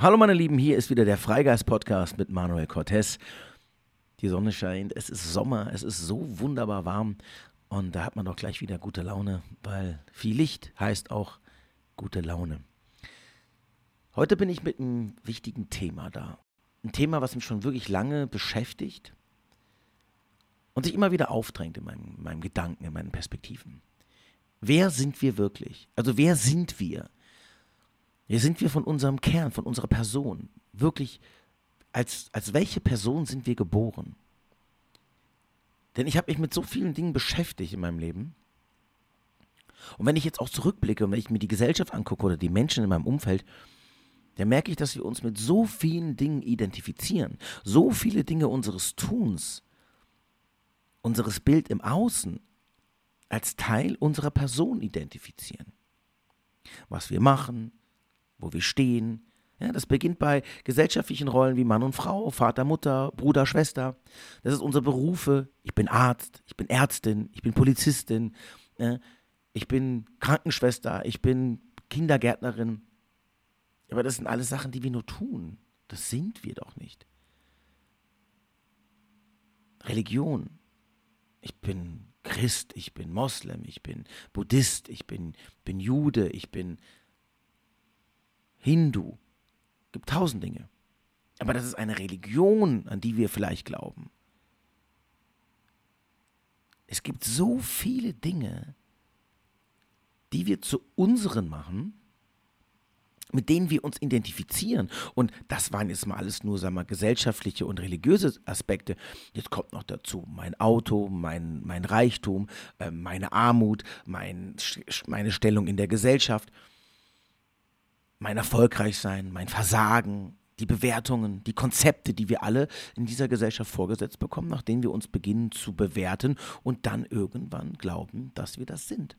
Hallo meine Lieben, hier ist wieder der Freigeist-Podcast mit Manuel Cortez. Die Sonne scheint, es ist Sommer, es ist so wunderbar warm und da hat man doch gleich wieder gute Laune, weil viel Licht heißt auch gute Laune. Heute bin ich mit einem wichtigen Thema da. Ein Thema, was mich schon wirklich lange beschäftigt und sich immer wieder aufdrängt in meinem Gedanken, in meinen Perspektiven. Wer sind wir wirklich? Also wer sind wir? Wer sind wir von unserem Kern, von unserer Person? Wirklich, als welche Person sind wir geboren? Denn ich habe mich mit so vielen Dingen beschäftigt in meinem Leben. Und wenn ich jetzt auch zurückblicke und wenn ich mir die Gesellschaft angucke oder die Menschen in meinem Umfeld, dann merke ich, dass wir uns mit so vielen Dingen identifizieren. So viele Dinge unseres Tuns, unseres Bild im Außen als Teil unserer Person identifizieren. Was wir machen, wo wir stehen. Ja, das beginnt bei gesellschaftlichen Rollen wie Mann und Frau, Vater, Mutter, Bruder, Schwester. Das ist unsere Berufe. Ich bin Arzt, ich bin Ärztin, ich bin Polizistin, ich bin Krankenschwester, ich bin Kindergärtnerin. Aber das sind alles Sachen, die wir nur tun. Das sind wir doch nicht. Religion. Ich bin Christ, ich bin Moslem, ich bin Buddhist, ich bin Jude, ich bin Hindu. Es gibt 1000 Dinge. Aber das ist eine Religion, an die wir vielleicht glauben. Es gibt so viele Dinge, die wir zu unseren machen, mit denen wir uns identifizieren. Und das waren jetzt mal alles nur, sagen wir mal, gesellschaftliche und religiöse Aspekte. Jetzt kommt noch dazu mein Auto, mein Reichtum, meine Armut, meine Stellung in der Gesellschaft, mein Erfolgreichsein, mein Versagen, die Bewertungen, die Konzepte, die wir alle in dieser Gesellschaft vorgesetzt bekommen, nach denen wir uns beginnen zu bewerten und dann irgendwann glauben, dass wir das sind.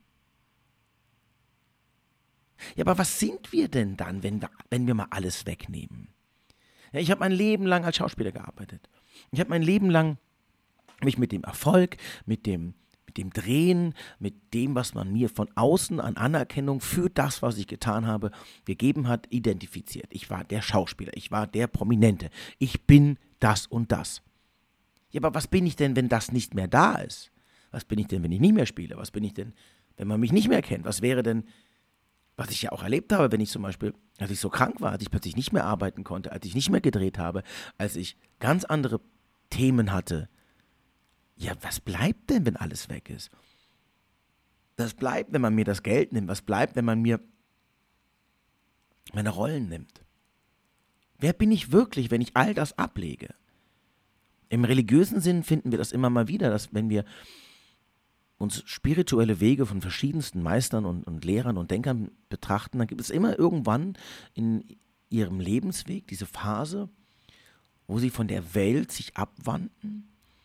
Ja, aber was sind wir denn dann, wenn wir mal alles wegnehmen? Ja, ich habe mein Leben lang als Schauspieler gearbeitet. Ich habe mein Leben lang mich mit dem Erfolg, mit dem Drehen, mit dem, was man mir von außen an Anerkennung für das, was ich getan habe, gegeben hat, identifiziert. Ich war der Schauspieler, ich war der Prominente. Ich bin das und das. Ja, aber was bin ich denn, wenn das nicht mehr da ist? Was bin ich denn, wenn ich nicht mehr spiele? Was bin ich denn, wenn man mich nicht mehr kennt? Was wäre denn, was ich ja auch erlebt habe, wenn ich zum Beispiel, als ich so krank war, als ich plötzlich nicht mehr arbeiten konnte, als ich nicht mehr gedreht habe, als ich ganz andere Themen hatte. Ja, was bleibt denn, wenn alles weg ist? Was bleibt, wenn man mir das Geld nimmt? Was bleibt, wenn man mir meine Rollen nimmt? Wer bin ich wirklich, wenn ich all das ablege? Im religiösen Sinn finden wir das immer mal wieder, dass wenn wir uns spirituelle Wege von verschiedensten Meistern und Lehrern und Denkern betrachten, dann gibt es immer irgendwann in ihrem Lebensweg diese Phase, wo sie von der Welt sich abwandten,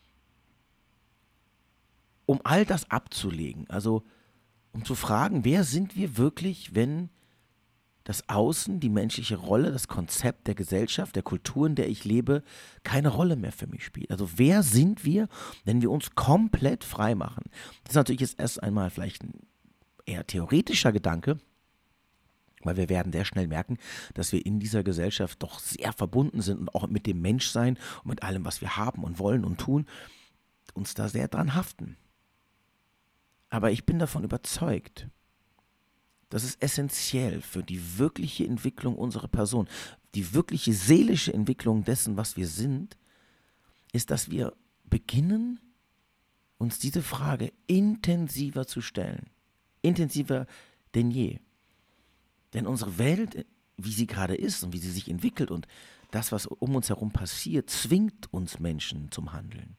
um all das abzulegen, also um zu fragen, wer sind wir wirklich, wenn das Außen, die menschliche Rolle, das Konzept der Gesellschaft, der Kultur, in der ich lebe, keine Rolle mehr für mich spielt. Also wer sind wir, wenn wir uns komplett frei machen? Das ist natürlich jetzt erst einmal vielleicht ein eher theoretischer Gedanke, weil wir werden sehr schnell merken, dass wir in dieser Gesellschaft doch sehr verbunden sind und auch mit dem Menschsein und mit allem, was wir haben und wollen und tun, uns da sehr dran haften. Aber ich bin davon überzeugt, dass es essentiell für die wirkliche Entwicklung unserer Person, die wirkliche seelische Entwicklung dessen, was wir sind, ist, dass wir beginnen, uns diese Frage intensiver zu stellen. Intensiver denn je. Denn unsere Welt, wie sie gerade ist und wie sie sich entwickelt und das, was um uns herum passiert, zwingt uns Menschen zum Handeln.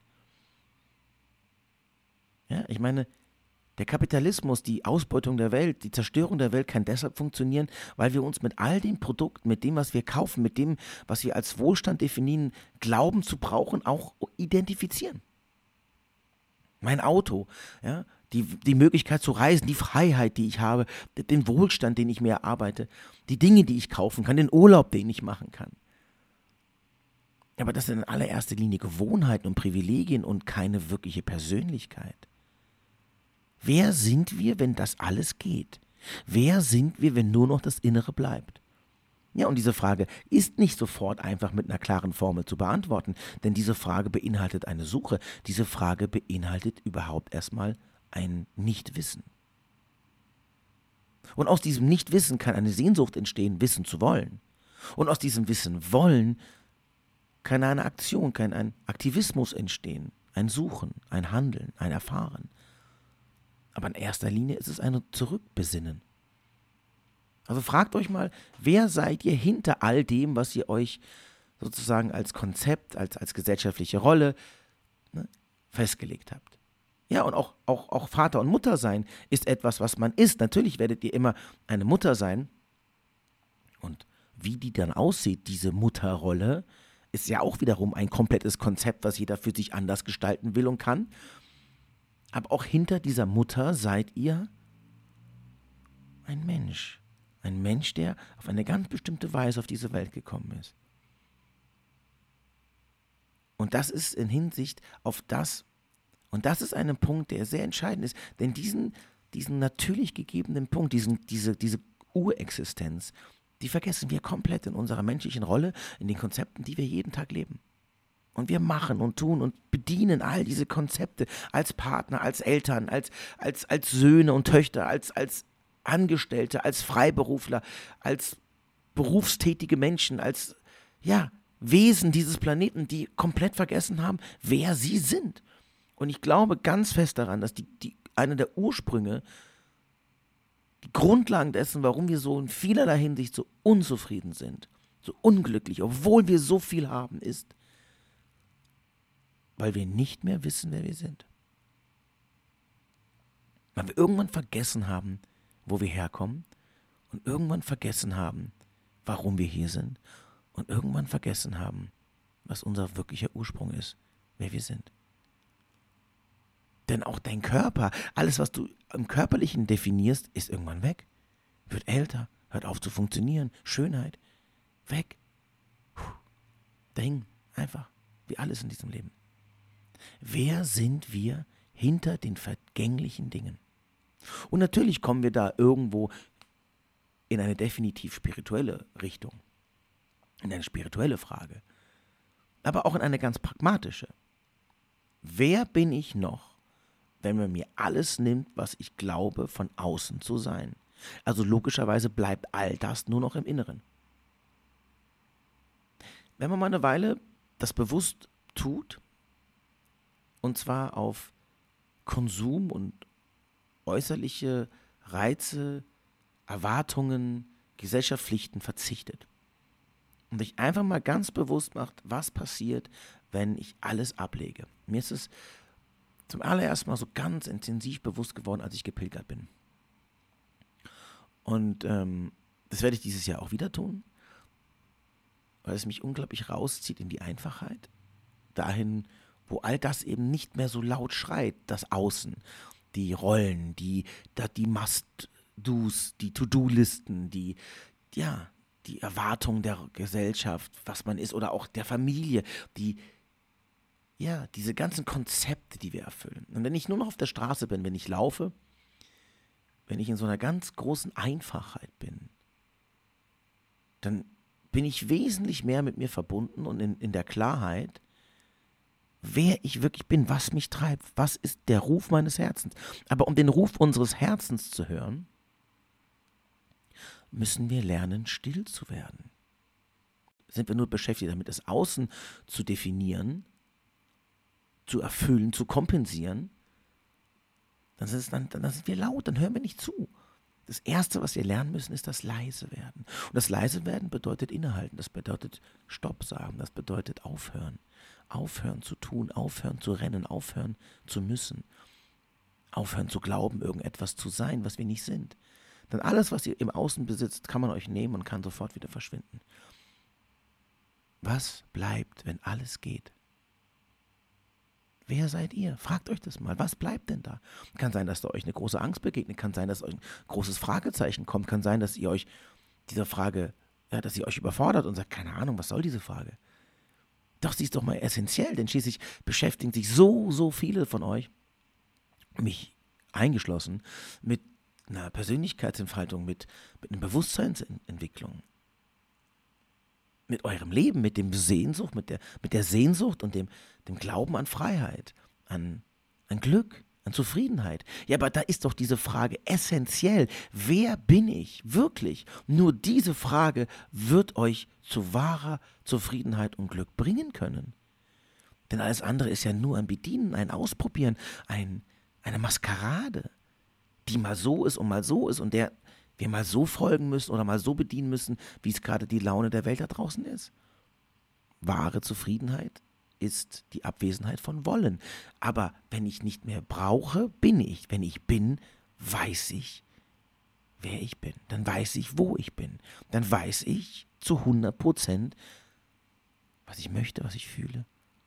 Ja, ich meine, der Kapitalismus, die Ausbeutung der Welt, die Zerstörung der Welt kann deshalb funktionieren, weil wir uns mit all den Produkten, mit dem, was wir kaufen, mit dem, was wir als Wohlstand definieren, glauben zu brauchen, auch identifizieren. Mein Auto, ja, die Möglichkeit zu reisen, die Freiheit, die ich habe, den Wohlstand, den ich mir erarbeite, die Dinge, die ich kaufen kann, den Urlaub, den ich machen kann. Aber das sind in allererster Linie Gewohnheiten und Privilegien und keine wirkliche Persönlichkeit. Wer sind wir, wenn das alles geht? Wer sind wir, wenn nur noch das Innere bleibt? Ja, und diese Frage ist nicht sofort einfach mit einer klaren Formel zu beantworten, denn diese Frage beinhaltet eine Suche. Diese Frage beinhaltet überhaupt erstmal ein Nichtwissen. Und aus diesem Nichtwissen kann eine Sehnsucht entstehen, wissen zu wollen. Und aus diesem Wissen wollen kann eine Aktion, kann ein Aktivismus entstehen, ein Suchen, ein Handeln, ein Erfahren. Aber in erster Linie ist es ein Zurückbesinnen. Also fragt euch mal, wer seid ihr hinter all dem, was ihr euch sozusagen als Konzept, als gesellschaftliche Rolle festgelegt habt. Ja, und auch Vater und Mutter sein ist etwas, was man ist. Natürlich werdet ihr immer eine Mutter sein. Und wie die dann aussieht, diese Mutterrolle, ist ja auch wiederum ein komplettes Konzept, was jeder für sich anders gestalten will und kann. Aber auch hinter dieser Mutter seid ihr ein Mensch. Ein Mensch, der auf eine ganz bestimmte Weise auf diese Welt gekommen ist. Und das ist in Hinsicht auf das, und das ist ein Punkt, der sehr entscheidend ist, denn diesen natürlich gegebenen Punkt, diese Urexistenz, die vergessen wir komplett in unserer menschlichen Rolle, in den Konzepten, die wir jeden Tag leben. Und wir machen und tun und bedienen all diese Konzepte als Partner, als Eltern, als Söhne und Töchter, als Angestellte, als Freiberufler, als berufstätige Menschen, als Wesen dieses Planeten, die komplett vergessen haben, wer sie sind. Und ich glaube ganz fest daran, dass eine der Ursprünge, die Grundlagen dessen, warum wir so in vielerlei Hinsicht so unzufrieden sind, so unglücklich, obwohl wir so viel haben, ist, weil wir nicht mehr wissen, wer wir sind. Weil wir irgendwann vergessen haben, wo wir herkommen und irgendwann vergessen haben, warum wir hier sind und irgendwann vergessen haben, was unser wirklicher Ursprung ist, wer wir sind. Denn auch dein Körper, alles, was du im Körperlichen definierst, ist irgendwann weg. Wird älter, hört auf zu funktionieren, Schönheit, weg. Dahin, einfach, wie alles in diesem Leben. Wer sind wir hinter den vergänglichen Dingen? Und natürlich kommen wir da irgendwo in eine definitiv spirituelle Richtung, in eine spirituelle Frage, aber auch in eine ganz pragmatische. Wer bin ich noch, wenn man mir alles nimmt, was ich glaube, von außen zu sein? Also logischerweise bleibt all das nur noch im Inneren. Wenn man mal eine Weile das bewusst tut, und zwar auf Konsum und äußerliche Reize, Erwartungen, Gesellschaftspflichten verzichtet und sich einfach mal ganz bewusst macht, was passiert, wenn ich alles ablege. Mir ist es zum allerersten Mal so ganz intensiv bewusst geworden, als ich gepilgert bin. Und das werde ich dieses Jahr auch wieder tun, weil es mich unglaublich rauszieht in die Einfachheit, dahin, wo all das eben nicht mehr so laut schreit, das Außen, die Rollen, die Must-Dos, die To-Do-Listen, die Erwartungen der Gesellschaft, was man ist, oder auch der Familie, diese ganzen Konzepte, die wir erfüllen. Und wenn ich nur noch auf der Straße bin, wenn ich laufe, wenn ich in so einer ganz großen Einfachheit bin, dann bin ich wesentlich mehr mit mir verbunden und in der Klarheit, wer ich wirklich bin, was mich treibt, was ist der Ruf meines Herzens. Aber um den Ruf unseres Herzens zu hören, müssen wir lernen, still zu werden. Sind wir nur beschäftigt damit, das Außen zu definieren, zu erfüllen, zu kompensieren, dann sind wir laut, dann hören wir nicht zu. Das Erste, was wir lernen müssen, ist das leise werden. Und das leise werden bedeutet innehalten, das bedeutet Stopp sagen, das bedeutet aufhören. Aufhören zu tun, aufhören zu rennen, aufhören zu müssen. Aufhören zu glauben, irgendetwas zu sein, was wir nicht sind. Denn alles, was ihr im Außen besitzt, kann man euch nehmen und kann sofort wieder verschwinden. Was bleibt, wenn alles geht? Wer seid ihr? Fragt euch das mal. Was bleibt denn da? Kann sein, dass da euch eine große Angst begegnet. Kann sein, dass euch ein großes Fragezeichen kommt. Kann sein, dass ihr euch dieser Frage, dass sie euch überfordert und sagt, keine Ahnung, was soll diese Frage? Doch, sie ist doch mal essentiell, denn schließlich beschäftigen sich so viele von euch, mich eingeschlossen, mit einer Persönlichkeitsentfaltung, mit einer Bewusstseinsentwicklung. mit eurem Leben, mit dem Sehnsucht, mit der Sehnsucht und dem Glauben an Freiheit, an Glück, an Zufriedenheit. Ja, aber da ist doch diese Frage essentiell. Wer bin ich wirklich? Nur diese Frage wird euch zu wahrer Zufriedenheit und Glück bringen können. Denn alles andere ist ja nur ein Bedienen, ein Ausprobieren, eine Maskerade, die mal so ist und der wir mal so folgen müssen oder mal so bedienen müssen, wie es gerade die Laune der Welt da draußen ist. Wahre Zufriedenheit ist die Abwesenheit von Wollen. Aber wenn ich nicht mehr brauche, bin ich. Wenn ich bin, weiß ich, wer ich bin. Dann weiß ich, wo ich bin. Dann weiß ich zu 100%, was ich möchte, was ich fühle,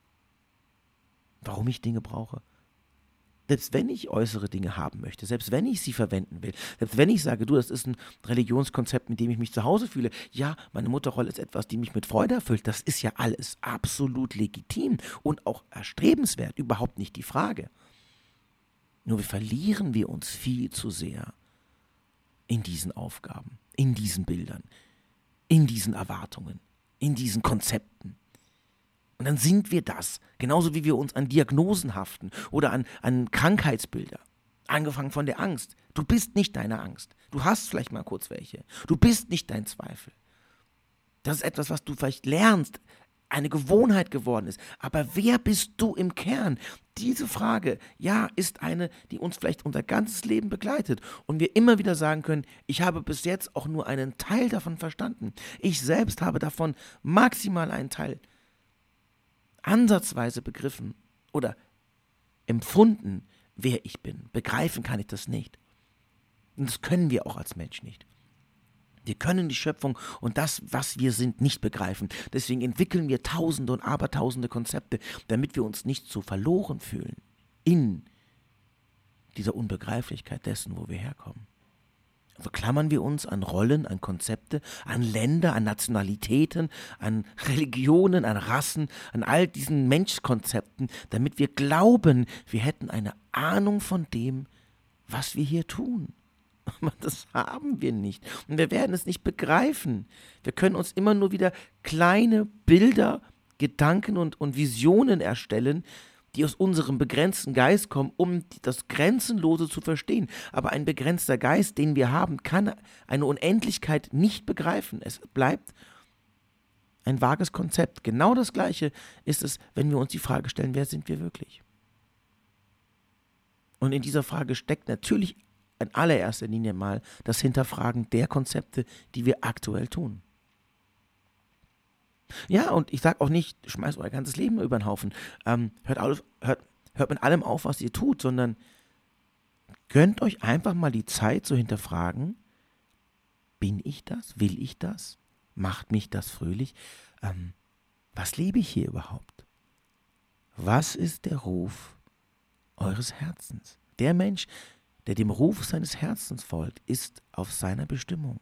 warum ich Dinge brauche. Selbst wenn ich äußere Dinge haben möchte, selbst wenn ich sie verwenden will, selbst wenn ich sage, du, das ist ein Religionskonzept, mit dem ich mich zu Hause fühle, ja, meine Mutterrolle ist etwas, die mich mit Freude erfüllt, das ist ja alles absolut legitim und auch erstrebenswert, überhaupt nicht die Frage. Nur verlieren wir uns viel zu sehr in diesen Aufgaben, in diesen Bildern, in diesen Erwartungen, in diesen Konzepten. Und dann sind wir das, genauso wie wir uns an Diagnosen haften oder an Krankheitsbilder. Angefangen von der Angst. Du bist nicht deine Angst. Du hast vielleicht mal kurz welche. Du bist nicht dein Zweifel. Das ist etwas, was du vielleicht lernst, eine Gewohnheit geworden ist. Aber wer bist du im Kern? Diese Frage, ja, ist eine, die uns vielleicht unser ganzes Leben begleitet. Und wir immer wieder sagen können, ich habe bis jetzt auch nur einen Teil davon verstanden. Ich selbst habe davon maximal einen Teil ansatzweise begriffen oder empfunden, wer ich bin. Begreifen kann ich das nicht. Und das können wir auch als Mensch nicht. Wir können die Schöpfung und das, was wir sind, nicht begreifen. Deswegen entwickeln wir tausende und abertausende Konzepte, damit wir uns nicht so verloren fühlen in dieser Unbegreiflichkeit dessen, wo wir herkommen. Also klammern wir uns an Rollen, an Konzepte, an Länder, an Nationalitäten, an Religionen, an Rassen, an all diesen Menschkonzepten, damit wir glauben, wir hätten eine Ahnung von dem, was wir hier tun. Aber das haben wir nicht. Und wir werden es nicht begreifen. Wir können uns immer nur wieder kleine Bilder, Gedanken und Visionen erstellen, die aus unserem begrenzten Geist kommen, um das Grenzenlose zu verstehen. Aber ein begrenzter Geist, den wir haben, kann eine Unendlichkeit nicht begreifen. Es bleibt ein vages Konzept. Genau das Gleiche ist es, wenn wir uns die Frage stellen, wer sind wir wirklich? Und in dieser Frage steckt natürlich in allererster Linie mal das Hinterfragen der Konzepte, die wir aktuell tun. Ja, und ich sage auch nicht, schmeißt euer ganzes Leben über den Haufen. Hört mit allem auf, was ihr tut, sondern gönnt euch einfach mal die Zeit zu hinterfragen, bin ich das? Will ich das? Macht mich das fröhlich? Was lebe ich hier überhaupt? Was ist der Ruf eures Herzens? Der Mensch, der dem Ruf seines Herzens folgt, ist auf seiner Bestimmung.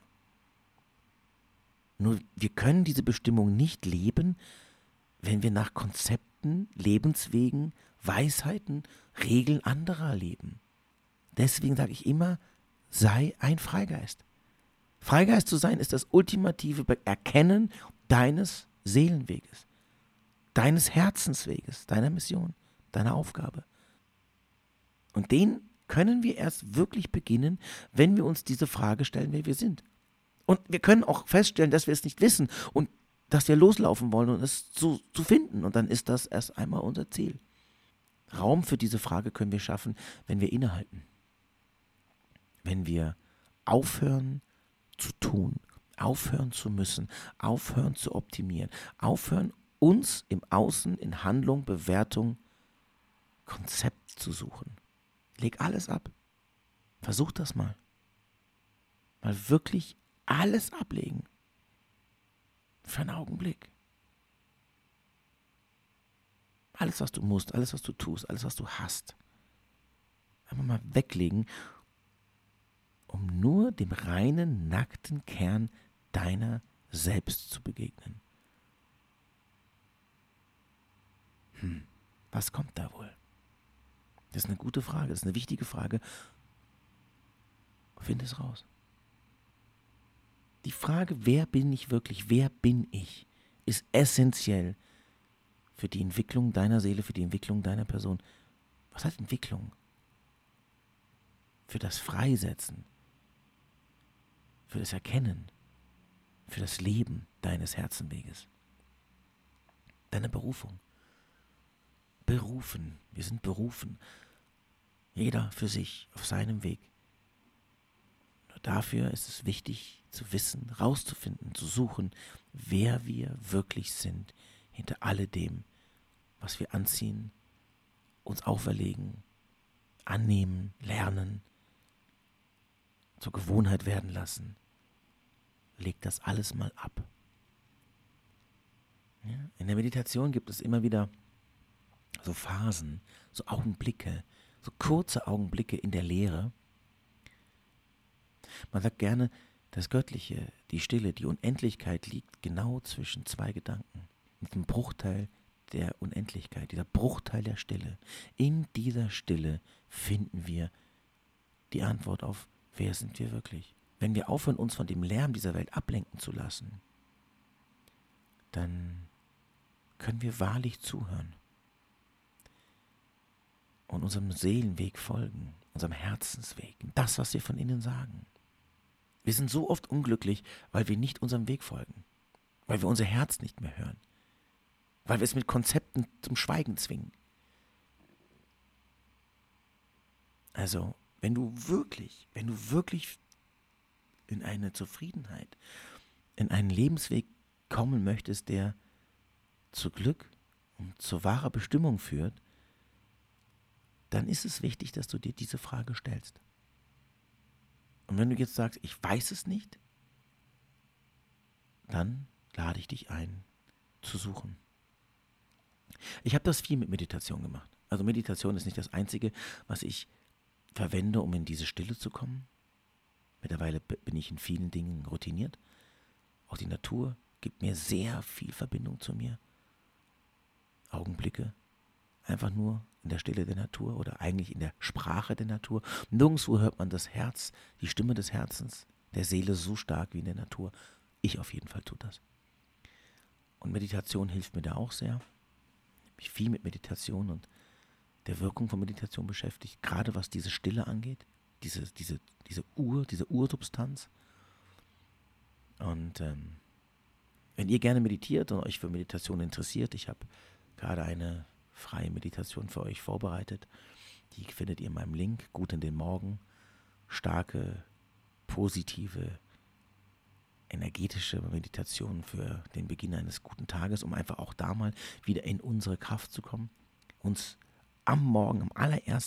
Nur wir können diese Bestimmung nicht leben, wenn wir nach Konzepten, Lebenswegen, Weisheiten, Regeln anderer leben. Deswegen sage ich immer, sei ein Freigeist. Freigeist zu sein ist das ultimative Erkennen deines Seelenweges, deines Herzensweges, deiner Mission, deiner Aufgabe. Und den können wir erst wirklich beginnen, wenn wir uns diese Frage stellen, wer wir sind. Und wir können auch feststellen, dass wir es nicht wissen und dass wir loslaufen wollen und es zu finden. Und dann ist das erst einmal unser Ziel. Raum für diese Frage können wir schaffen, wenn wir innehalten. Wenn wir aufhören zu tun, aufhören zu müssen, aufhören zu optimieren, aufhören uns im Außen in Handlung, Bewertung, Konzept zu suchen. Leg alles ab. Versuch das mal. Mal wirklich alles ablegen. Für einen Augenblick. Alles, was du musst, alles, was du tust, alles, was du hast. Einfach mal weglegen, um nur dem reinen, nackten Kern deiner selbst zu begegnen. Was kommt da wohl? Das ist eine gute Frage, das ist eine wichtige Frage. Finde es raus. Die Frage, wer bin ich wirklich, wer bin ich, ist essentiell für die Entwicklung deiner Seele, für die Entwicklung deiner Person. Was heißt Entwicklung? Für das Freisetzen, für das Erkennen, für das Leben deines Herzenweges. Deine Berufung. Berufen, wir sind berufen. Jeder für sich, auf seinem Weg. Nur dafür ist es wichtig zu wissen, rauszufinden, zu suchen, wer wir wirklich sind, hinter alledem, was wir anziehen, uns auferlegen, annehmen, lernen, zur Gewohnheit werden lassen. Leg das alles mal ab. Ja? In der Meditation gibt es immer wieder so Phasen, so Augenblicke, so kurze Augenblicke in der Leere. Man sagt gerne, das Göttliche, die Stille, die Unendlichkeit liegt genau zwischen zwei Gedanken. Mit dem Bruchteil der Unendlichkeit, dieser Bruchteil der Stille. In dieser Stille finden wir die Antwort auf, wer sind wir wirklich? Wenn wir aufhören, uns von dem Lärm dieser Welt ablenken zu lassen, dann können wir wahrlich zuhören und unserem Seelenweg folgen, unserem Herzensweg, das, was wir von innen sagen. Wir sind so oft unglücklich, weil wir nicht unserem Weg folgen, weil wir unser Herz nicht mehr hören, weil wir es mit Konzepten zum Schweigen zwingen. Also, wenn du wirklich in eine Zufriedenheit, in einen Lebensweg kommen möchtest, der zu Glück und zur wahren Bestimmung führt, dann ist es wichtig, dass du dir diese Frage stellst. Und wenn du jetzt sagst, ich weiß es nicht, dann lade ich dich ein, zu suchen. Ich habe das viel mit Meditation gemacht. Also Meditation ist nicht das Einzige, was ich verwende, um in diese Stille zu kommen. Mittlerweile bin ich in vielen Dingen routiniert. Auch die Natur gibt mir sehr viel Verbindung zu mir. Augenblicke, einfach nur in der Stille der Natur oder eigentlich in der Sprache der Natur. Nirgendwo hört man das Herz, die Stimme des Herzens, der Seele so stark wie in der Natur. Ich auf jeden Fall tue das. Und Meditation hilft mir da auch sehr. Ich habe mich viel mit Meditation und der Wirkung von Meditation beschäftigt, gerade was diese Stille angeht, diese Ursubstanz. Und wenn ihr gerne meditiert und euch für Meditation interessiert, ich habe gerade eine freie Meditation für euch vorbereitet. Die findet ihr in meinem Link, gut in den Morgen. Starke, positive, energetische Meditation für den Beginn eines guten Tages, um einfach auch da mal wieder in unsere Kraft zu kommen, uns am Morgen, in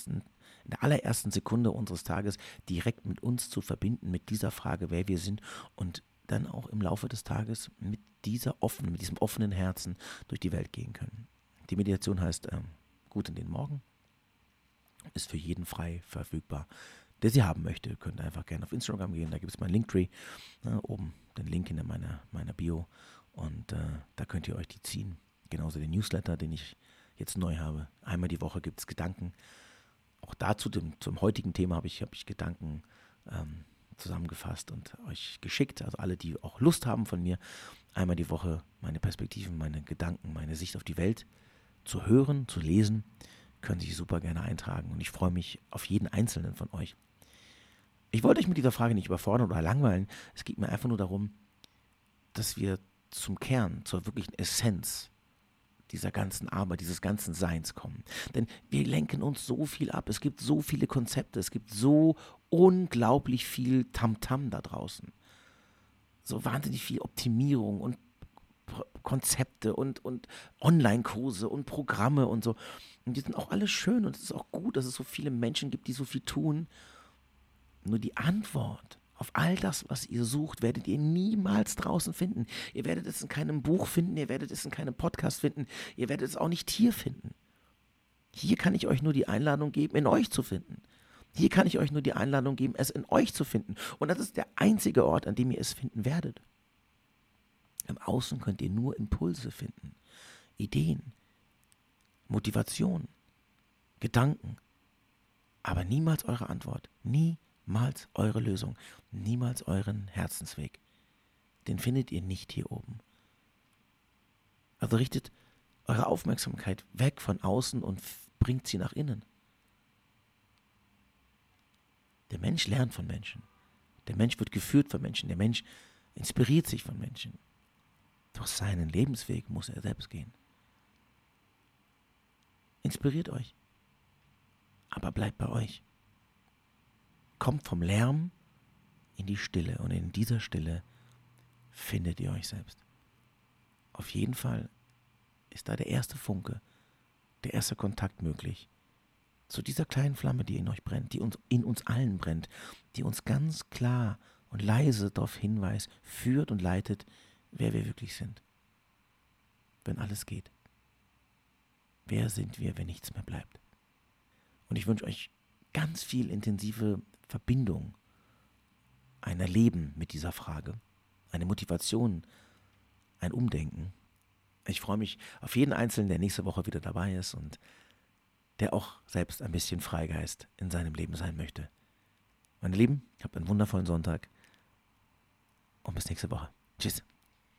der allerersten Sekunde unseres Tages direkt mit uns zu verbinden, mit dieser Frage, wer wir sind und dann auch im Laufe des Tages mit diesem offenen Herzen durch die Welt gehen können. Die Meditation heißt Gut in den Morgen, ist für jeden frei verfügbar, der sie haben möchte. Ihr könnt einfach gerne auf Instagram gehen, da gibt es meinen Linktree, oben den Link in meiner Bio und da könnt ihr euch die ziehen. Genauso den Newsletter, den ich jetzt neu habe. Einmal die Woche gibt es Gedanken. Auch dazu, zum heutigen Thema habe ich Gedanken zusammengefasst und euch geschickt. Also alle, die auch Lust haben von mir, einmal die Woche meine Perspektiven, meine Gedanken, meine Sicht auf die Welt zu hören, zu lesen, können sich super gerne eintragen. Und ich freue mich auf jeden einzelnen von euch. Ich wollte euch mit dieser Frage nicht überfordern oder langweilen. Es geht mir einfach nur darum, dass wir zum Kern, zur wirklichen Essenz dieser ganzen Arbeit, dieses ganzen Seins kommen. Denn wir lenken uns so viel ab. Es gibt so viele Konzepte. Es gibt so unglaublich viel Tamtam da draußen. So wahnsinnig viel Optimierung und Konzepte und Online-Kurse und Programme und so. Und die sind auch alle schön und es ist auch gut, dass es so viele Menschen gibt, die so viel tun. Nur die Antwort auf all das, was ihr sucht, werdet ihr niemals draußen finden. Ihr werdet es in keinem Buch finden, ihr werdet es in keinem Podcast finden, ihr werdet es auch nicht hier finden. Hier kann ich euch nur die Einladung geben, in euch zu finden. Hier kann ich euch nur die Einladung geben, es in euch zu finden. Und das ist der einzige Ort, an dem ihr es finden werdet. Im Außen könnt ihr nur Impulse finden, Ideen, Motivation, Gedanken, aber niemals eure Antwort, niemals eure Lösung, niemals euren Herzensweg. Den findet ihr nicht hier oben. Also richtet eure Aufmerksamkeit weg von außen und bringt sie nach innen. Der Mensch lernt von Menschen. Der Mensch wird geführt von Menschen. Der Mensch inspiriert sich von Menschen. Doch seinen Lebensweg muss er selbst gehen. Inspiriert euch. Aber bleibt bei euch. Kommt vom Lärm in die Stille. Und in dieser Stille findet ihr euch selbst. Auf jeden Fall ist da der erste Funke, der erste Kontakt möglich. Zu dieser kleinen Flamme, die in euch brennt, die in uns allen brennt, die uns ganz klar und leise darauf hinweist, führt und leitet, wer wir wirklich sind. Wenn alles geht. Wer sind wir, wenn nichts mehr bleibt? Und ich wünsche euch ganz viel intensive Verbindung, ein Erleben mit dieser Frage, eine Motivation, ein Umdenken. Ich freue mich auf jeden Einzelnen, der nächste Woche wieder dabei ist und der auch selbst ein bisschen Freigeist in seinem Leben sein möchte. Meine Lieben, habt einen wundervollen Sonntag und bis nächste Woche. Tschüss.